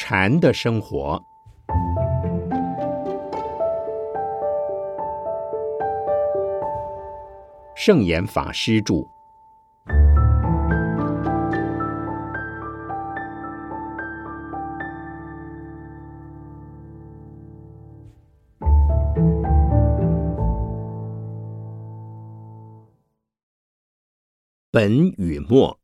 禅的生活。圣严法师著。本与末。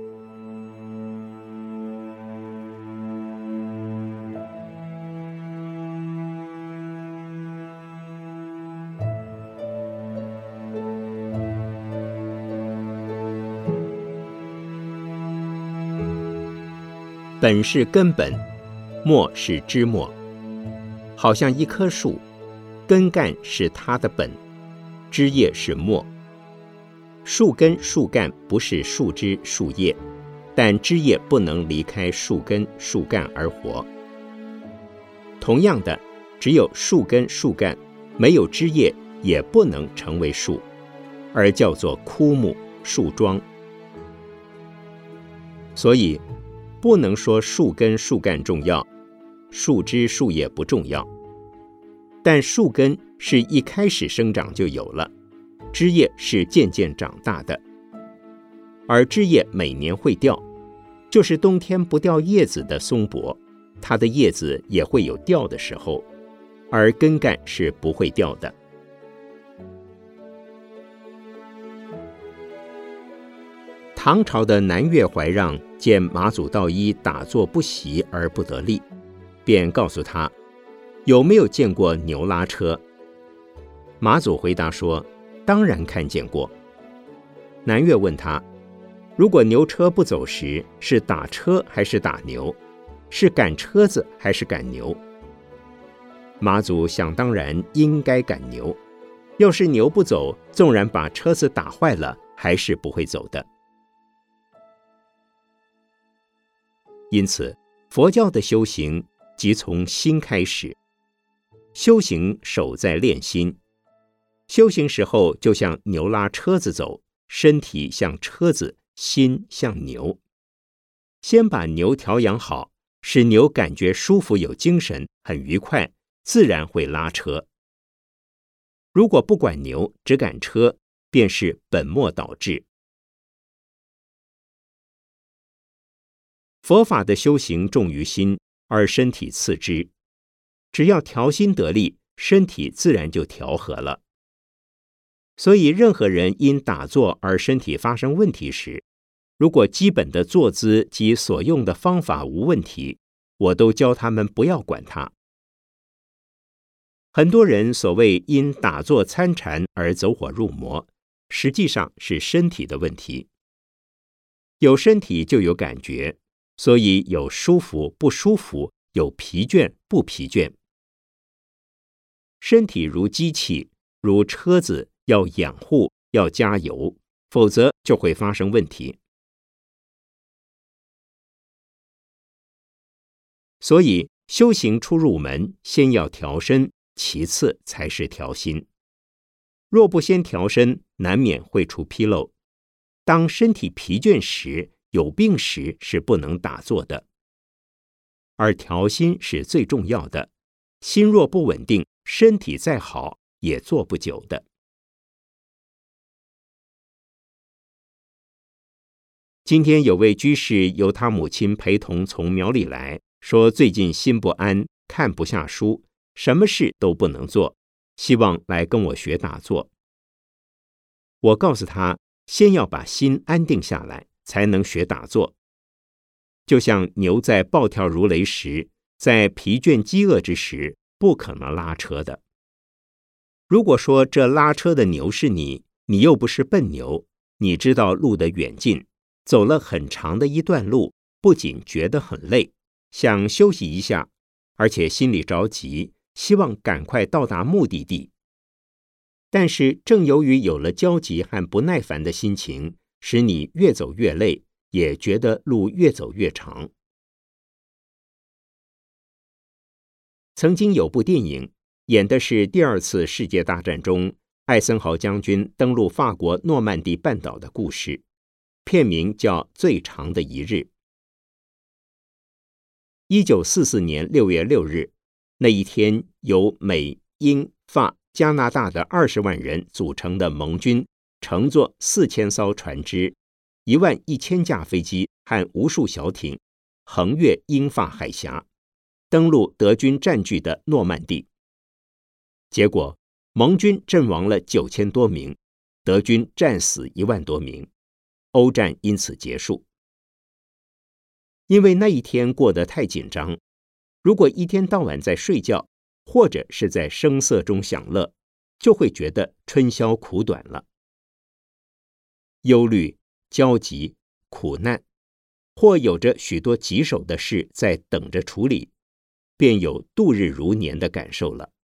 本是根本，末是枝末，好像一棵树，根干是它的本，枝叶是末。树根树干不是树枝树叶，但枝叶不能离开树根树干而活。同样的，只有树根树干，没有枝叶也不能成为树，而叫做枯木树桩。所以不能说树根树干重要，树枝树叶不重要，但树根是一开始生长就有了，枝叶是渐渐长大的，而枝叶每年会掉，就是冬天不掉叶子的松柏，它的叶子也会有掉的时候，而根干是不会掉的。唐朝的南岳怀让见马祖道一打坐不习而不得力，便告诉他有没有见过牛拉车。马祖回答说当然看见过。南岳问他，如果牛车不走时，是打车还是打牛？是赶车子还是赶牛？马祖想当然应该赶牛，要是牛不走，纵然把车子打坏了，还是不会走的。因此佛教的修行即从心开始，修行守在练心。修行时候就像牛拉车子走，身体像车子，心像牛。先把牛调养好，使牛感觉舒服有精神，很愉快，自然会拉车。如果不管牛，只赶车，便是本末倒置。佛法的修行重于心，而身体次之。只要调心得力，身体自然就调和了。所以任何人因打坐而身体发生问题时，如果基本的坐姿及所用的方法无问题，我都教他们不要管它。很多人所谓因打坐参禅而走火入魔，实际上是身体的问题。有身体就有感觉，所以有舒服不舒服，有疲倦不疲倦。身体如机器，如车子，要养护，要加油，否则就会发生问题。所以修行初入门，先要调身，其次才是调心。若不先调身，难免会出纰漏。当身体疲倦时，有病时是不能打坐的。而调心是最重要的，心若不稳定，身体再好也坐不久的。今天有位居士由他母亲陪同从苗栗来，说最近心不安，看不下书，什么事都不能做，希望来跟我学打坐。我告诉他，先要把心安定下来，才能学打坐。就像牛在暴跳如雷时，在疲倦饥饿之时，不可能拉车的。如果说这拉车的牛是你，你又不是笨牛，你知道路的远近，走了很长的一段路，不仅觉得很累，想休息一下，而且心里着急，希望赶快到达目的地。但是正由于有了焦急和不耐烦的心情，使你越走越累，也觉得路越走越长。曾经有部电影，演的是第二次世界大战中艾森豪将军登陆法国诺曼底半岛的故事，片名叫《最长的一日》。 1944年6月6日，那一天由美、英、法、加拿大的20万人组成的盟军，乘坐4000艘船只、11000架飞机和无数小艇，横越英法海峡，登陆德军占据的诺曼底。结果，盟军阵亡了9000多名，德军战死1万多名，欧战因此结束。因为那一天过得太紧张，如果一天到晚在睡觉，或者是在声色中享乐，就会觉得春宵苦短了。忧虑、焦急、苦难，或有着许多棘手的事在等着处理，便有度日如年的感受了。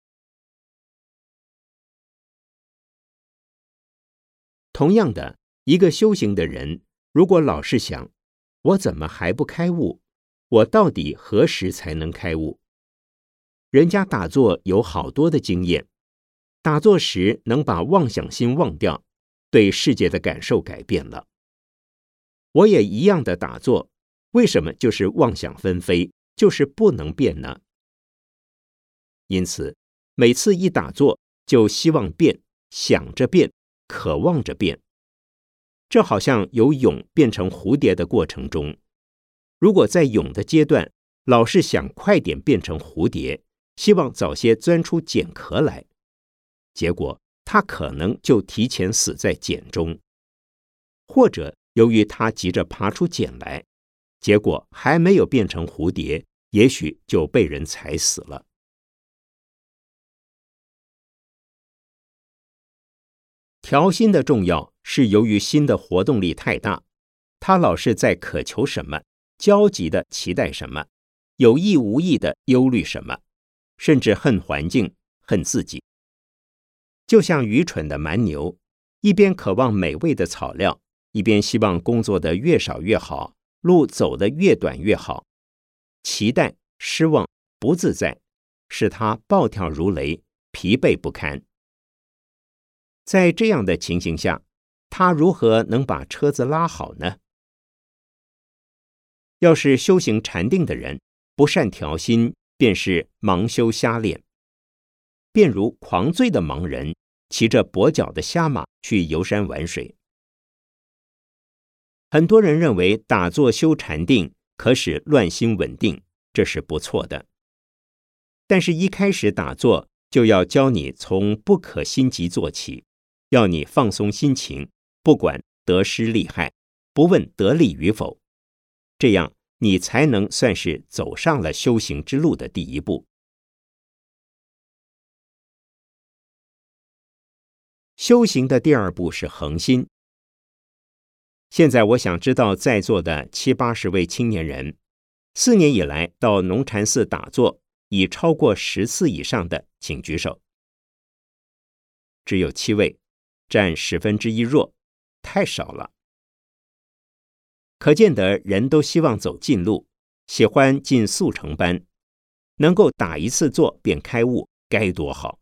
同样的，一个修行的人，如果老是想，我怎么还不开悟？我到底何时才能开悟？人家打坐有好多的经验，打坐时能把妄想心忘掉，对世界的感受改变了。我也一样的打坐，为什么就是妄想纷飞，就是不能变呢？因此，每次一打坐，就希望变，想着变，渴望着变。这好像由蛹变成蝴蝶的过程中，如果在蛹的阶段老是想快点变成蝴蝶，希望早些钻出茧壳来，结果它可能就提前死在茧中，或者由于它急着爬出茧来，结果还没有变成蝴蝶，也许就被人踩死了。调心的重要是由于心的活动力太大，他老是在渴求什么，焦急的期待什么，有意无意的忧虑什么，甚至恨环境，恨自己。就像愚蠢的蛮牛，一边渴望美味的草料，一边希望工作的越少越好，路走得越短越好，期待、失望、不自在，使他暴跳如雷，疲惫不堪。在这样的情形下，他如何能把车子拉好呢？要是修行禅定的人不善调心，便是盲修瞎练，便如狂醉的盲人骑着跛脚的瞎马去游山玩水。很多人认为打坐修禅定可使乱心稳定，这是不错的。但是一开始打坐就要教你从不可心急做起，要你放松心情，不管得失利害，不问得利与否，这样你才能算是走上了修行之路的第一步。修行的第二步是恒心。现在我想知道在座的70-80位青年人，4年以来到农禅寺打坐已超过10次以上的，请举手。只有7位，占1/10弱，太少了。可见得人都希望走近路，喜欢进速成班，能够打一次坐便开悟，该多好！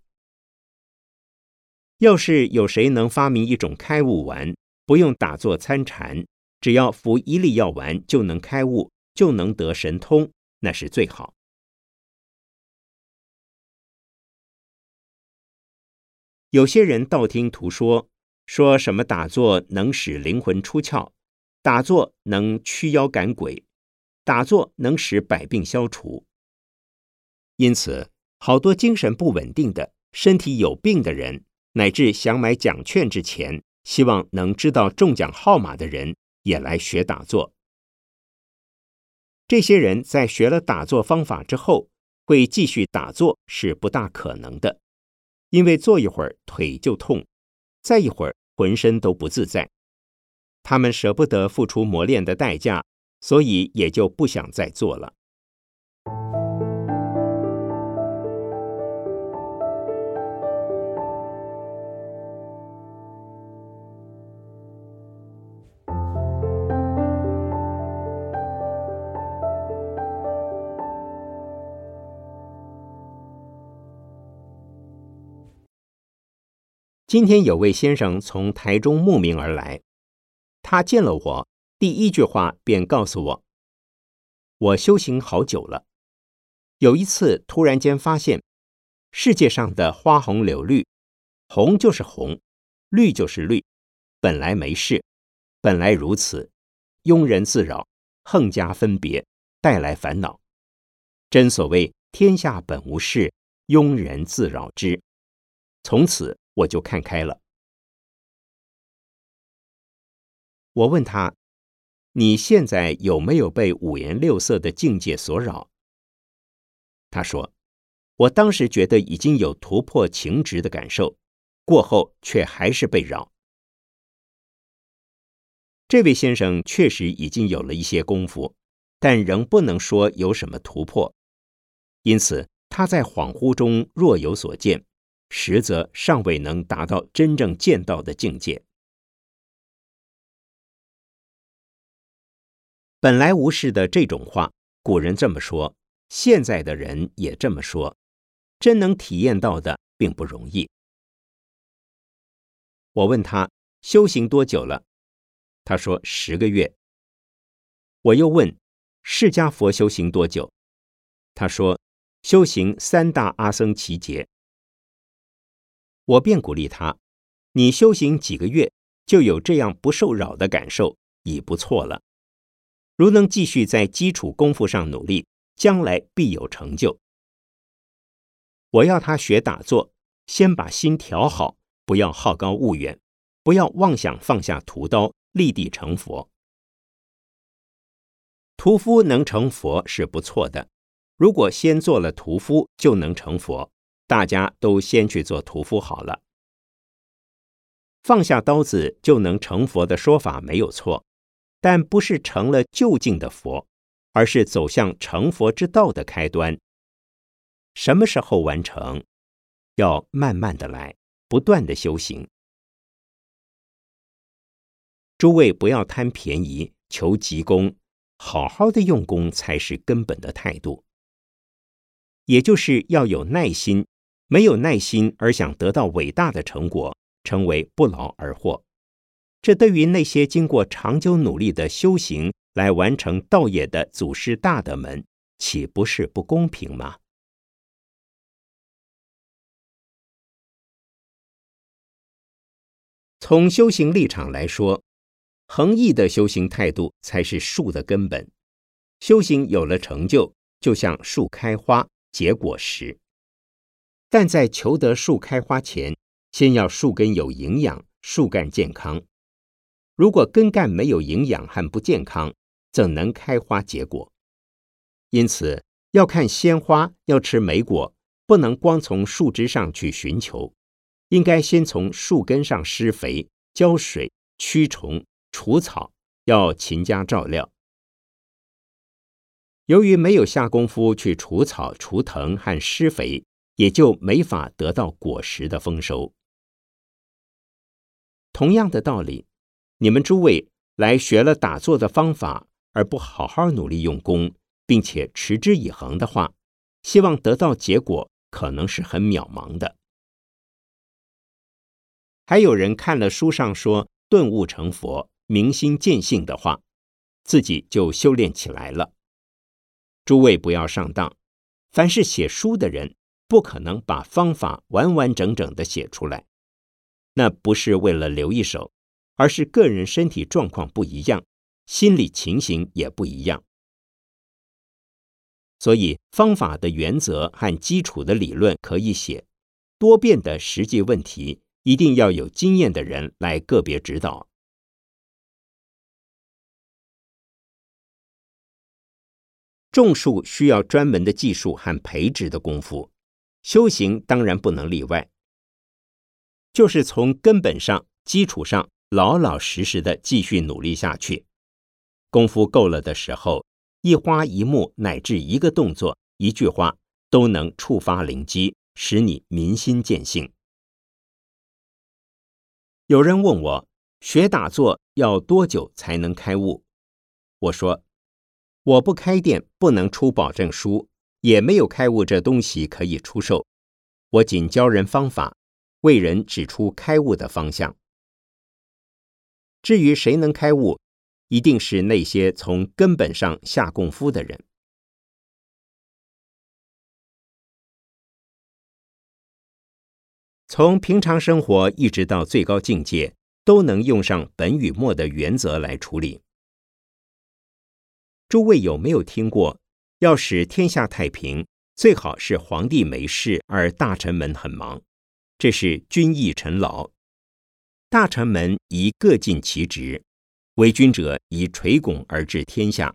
要是有谁能发明一种开悟丸，不用打坐参禅，只要服1粒药丸就能开悟，就能得神通，那是最好。有些人道听途说，说什么打坐能使灵魂出窍，打坐能驱妖赶鬼，打坐能使百病消除。因此，好多精神不稳定的、身体有病的人，乃至想买奖券之前，希望能知道中奖号码的人，也来学打坐。这些人在学了打坐方法之后，会继续打坐是不大可能的，因为坐一会儿腿就痛，再一会儿浑身都不自在。他们舍不得付出磨练的代价，所以也就不想再做了。今天有位先生从台中慕名而来，他见了我，第一句话便告诉我： 我修行好久了，有一次突然间发现，世界上的花红柳绿，红就是红，绿就是绿，本来没事，本来如此，庸人自扰，横加分别，带来烦恼。真所谓天下本无事，庸人自扰之。从此我就看开了。我问他，你现在有没有被五颜六色的境界所扰？他说，我当时觉得已经有突破情执的感受，过后却还是被扰。这位先生确实已经有了一些功夫，但仍不能说有什么突破，因此他在恍惚中若有所见，实则尚未能达到真正见到的境界。本来无事的这种话，古人这么说，现在的人也这么说，真能体验到的并不容易。我问他修行多久了，他说10个月。我又问释迦佛修行多久，他说修行3大阿僧祇劫。我便鼓励他，你修行几个月就有这样不受扰的感受，已不错了。如能继续在基础功夫上努力，将来必有成就。我要他学打坐，先把心调好，不要好高骛远，不要妄想放下屠刀，立地成佛。屠夫能成佛是不错的，如果先做了屠夫就能成佛，大家都先去做屠夫好了。放下刀子就能成佛的说法没有错，但不是成了究竟的佛，而是走向成佛之道的开端。什么时候完成？要慢慢的来，不断的修行。诸位不要贪便宜，求急功，好好的用功才是根本的态度。也就是要有耐心，没有耐心而想得到伟大的成果，成为不劳而获。这对于那些经过长久努力的修行来完成道业的祖师大德们，岂不是不公平吗？从修行立场来说，恒毅的修行态度才是树的根本。修行有了成就，就像树开花结果实。但在求得树开花前，先要树根有营养，树干健康。如果根干没有营养和不健康，怎能开花结果？因此，要看鲜花，要吃莓果，不能光从树枝上去寻求，应该先从树根上施肥、浇水、驱虫、除草，要勤加照料。由于没有下功夫去除草、除藤和施肥，也就没法得到果实的丰收。同样的道理，你们诸位来学了打坐的方法，而不好好努力用功，并且持之以恒的话，希望得到结果可能是很渺茫的。还有人看了书上说顿悟成佛、明心见性的话，自己就修炼起来了。诸位不要上当，凡是写书的人，不可能把方法完完整整的写出来。那不是为了留一手，而是个人身体状况不一样，心理情形也不一样。所以方法的原则和基础的理论可以写，多变的实际问题一定要有经验的人来个别指导。种树需要专门的技术和培植的功夫，修行当然不能例外。就是从根本上、基础上老老实实的继续努力下去。功夫够了的时候，一花一木乃至一个动作、一句话，都能触发灵机，使你明心见性。有人问我，学打坐要多久才能开悟？我说，我不开店，不能出保证书，也没有开悟这东西可以出售。我仅教人方法，为人指出开悟的方向。至于谁能开悟，一定是那些从根本上下功夫的人。 从平常生活一直到最高境界，都能用上本与末的原则来处理。诸位有没有听过，要使天下太平，最好是皇帝没事，而大臣们很忙，这是君役臣劳。大臣们宜各尽其职，为君者以垂拱而治天下。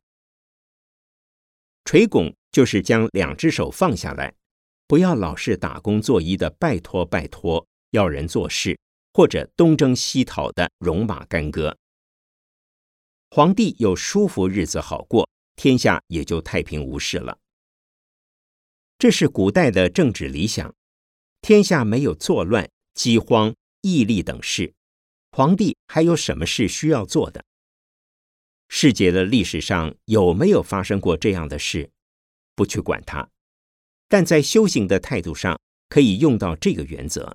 垂拱就是将两只手放下来，不要老是打工作揖的拜托拜托，要人做事，或者东征西讨的戎马干戈。皇帝有舒服日子好过，天下也就太平无事了。这是古代的政治理想，天下没有作乱、饥荒、疫痢等事，皇帝还有什么事需要做的？世界的历史上有没有发生过这样的事？不去管它，但在修行的态度上可以用到这个原则：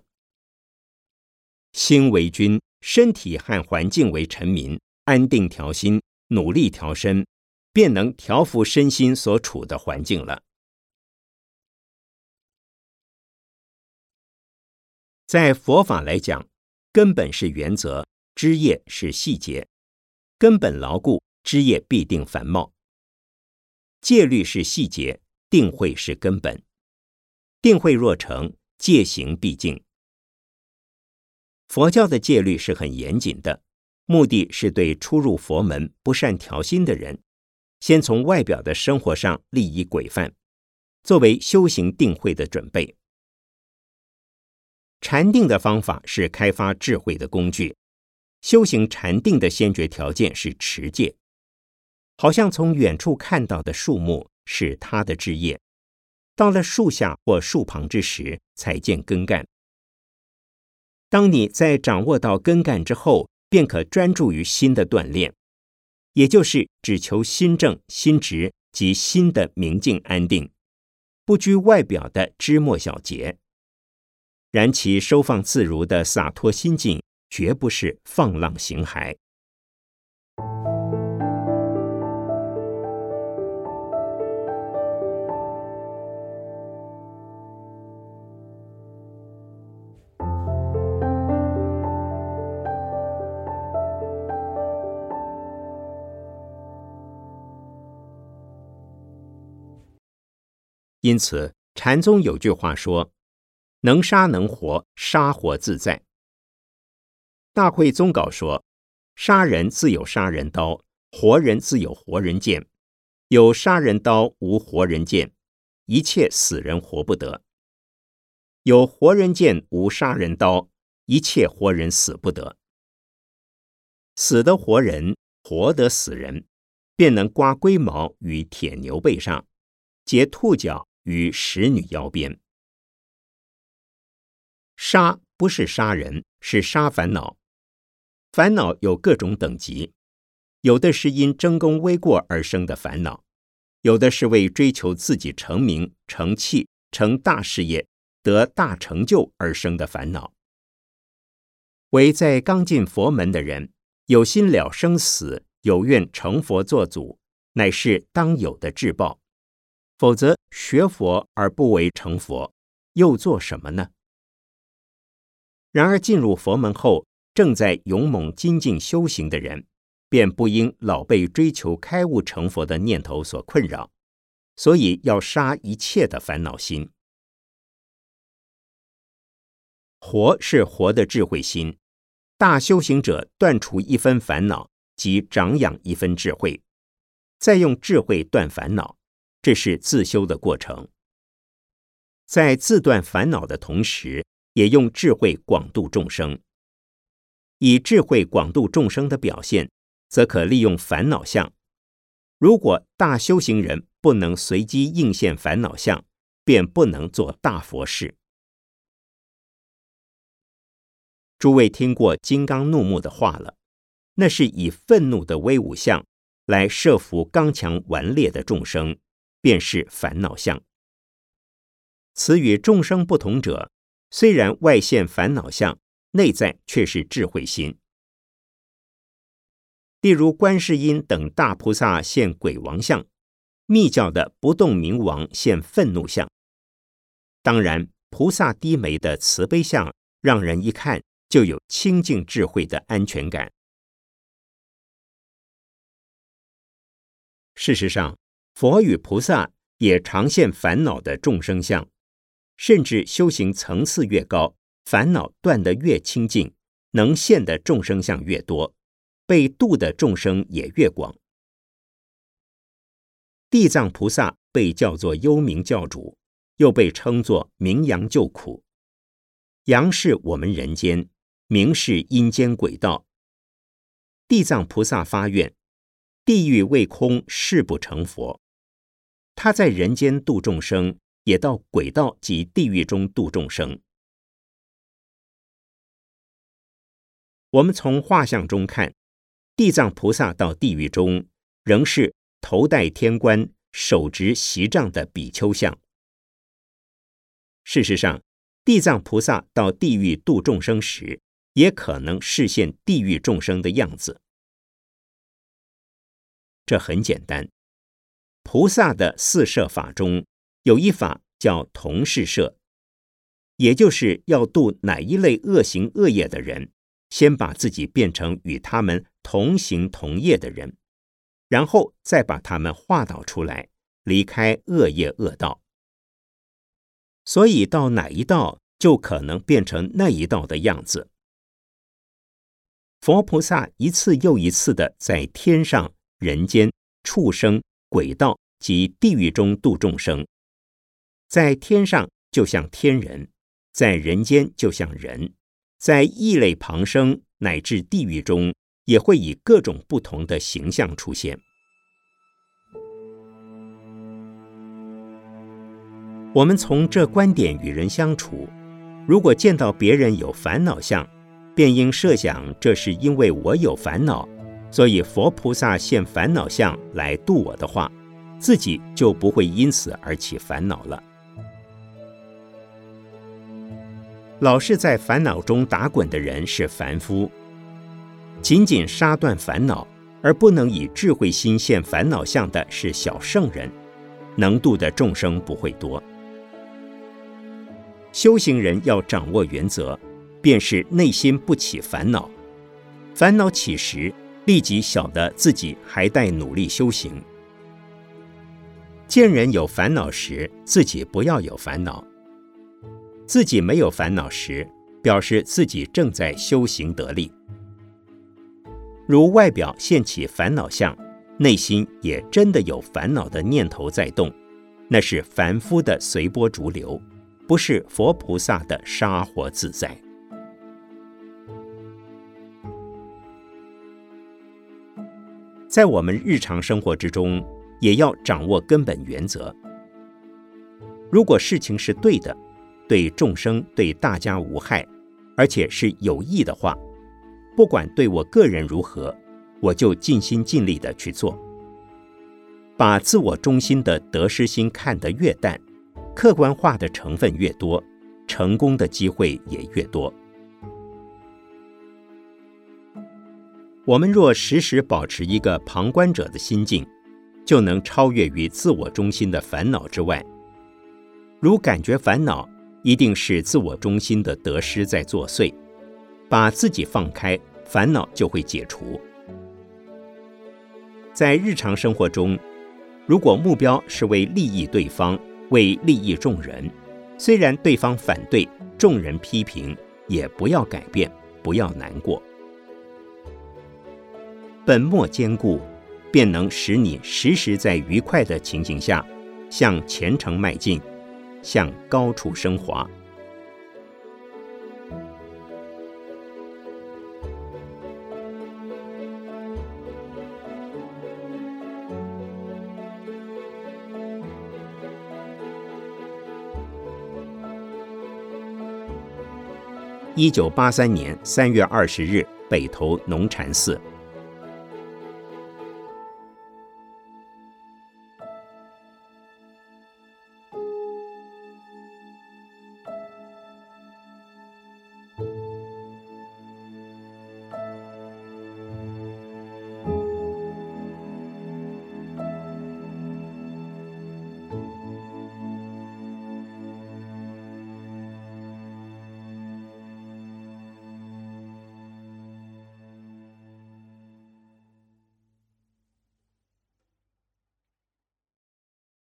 心为君，身体和环境为臣民，安定调心，努力调身，便能调服身心所处的环境了。在佛法来讲，根本是原则，枝叶是细节。根本牢固，枝叶必定繁茂。戒律是细节，定慧是根本。定慧若成，戒行必净。佛教的戒律是很严谨的，目的是对初入佛门不善调心的人，先从外表的生活上立以规范，作为修行定慧的准备。禅定的方法是开发智慧的工具，修行禅定的先决条件是持戒。好像从远处看到的树木是它的枝叶，到了树下或树旁之时，才见根干。当你在掌握到根干之后，便可专注于心的锻炼，也就是只求心正、心直及心的明净安定，不拘外表的枝末小节。然其收放自如的洒脱心境，绝不是放浪形骸。因此，禅宗有句话说：“能杀能活，杀活自在。”大会宗稿说：“杀人自有杀人刀，活人自有活人剑。有杀人刀，无活人剑，一切死人活不得；有活人剑，无杀人刀，一切活人死不得。死的活人，活的死人，便能刮龟毛于铁牛背上，截兔角于使女腰边。”杀不是杀人，是杀烦恼。烦恼有各种等级，有的是因争功诿过而生的烦恼，有的是为追求自己成名、成器、成大事业、得大成就而生的烦恼。唯在刚进佛门的人，有心了生死，有愿成佛作祖，乃是当有的至报。否则学佛而不为成佛，又做什么呢？然而进入佛门后，正在勇猛精进修行的人，便不应老被追求开悟成佛的念头所困扰，所以要杀一切的烦恼心。活是活的智慧心，大修行者断除一分烦恼，即长养一分智慧，再用智慧断烦恼，这是自修的过程。在自断烦恼的同时，也用智慧广度众生。以智慧广度众生的表现，则可利用烦恼相。如果大修行人不能随机应现烦恼相，便不能做大佛事。诸位听过金刚怒目的话了，那是以愤怒的威武相来摄服刚强顽劣的众生，便是烦恼相。此与众生不同者，虽然外现烦恼相，内在却是智慧心。例如观世音等大菩萨现鬼王相，密教的不动明王现愤怒相。当然，菩萨低眉的慈悲相让人一看就有清净智慧的安全感。事实上，佛与菩萨也常现烦恼的众生相，甚至修行层次越高，烦恼断得越清净，能现的众生相越多，被度的众生也越广。地藏菩萨被叫做幽冥教主，又被称作明阳救苦。阳是我们人间，明是阴间鬼道。地藏菩萨发愿，地狱未空，誓不成佛。他在人间度众生，也到鬼道及地狱中度众生。我们从画像中看，地藏菩萨到地狱中，仍是头戴天冠、手执锡杖的比丘像。事实上，地藏菩萨到地狱度众生时，也可能示现地狱众生的样子。这很简单，菩萨的四摄法中有一法叫同事摄，也就是要度哪一类恶行恶业的人，先把自己变成与他们同行同业的人，然后再把他们化导出来，离开恶业恶道。所以到哪一道，就可能变成那一道的样子。佛菩萨一次又一次的在天上、人间、畜生、鬼道及地狱中度众生。在天上就像天人，在人间就像人，在异类旁生乃至地狱中，也会以各种不同的形象出现。我们从这观点与人相处，如果见到别人有烦恼相，便应设想这是因为我有烦恼，所以佛菩萨现烦恼相来度我的话，自己就不会因此而起烦恼了。老是在烦恼中打滚的人是凡夫，仅仅杀断烦恼而不能以智慧心现烦恼相的是小圣人，能度的众生不会多。修行人要掌握原则，便是内心不起烦恼，烦恼起时，立即晓得自己还待努力修行。见人有烦恼时，自己不要有烦恼；自己没有烦恼时，表示自己正在修行得力。如外表现起烦恼相，内心也真的有烦恼的念头在动，那是凡夫的随波逐流，不是佛菩萨的杀活自在。在我们日常生活之中，也要掌握根本原则。如果事情是对的，对众生对大家无害，而且是有益的话，不管对我个人如何，我就尽心尽力地去做。把自我中心的得失心看得越淡，客观化的成分越多，成功的机会也越多。我们若时时保持一个旁观者的心境，就能超越于自我中心的烦恼之外。如感觉烦恼，一定是自我中心的得失在作祟，把自己放开，烦恼就会解除。在日常生活中，如果目标是为利益对方，为利益众人，虽然对方反对，众人批评，也不要改变，不要难过。本末坚固，便能使你时时在愉快的情景下，向前程迈进，向高处升华。1983年3月20日，北投农禅寺。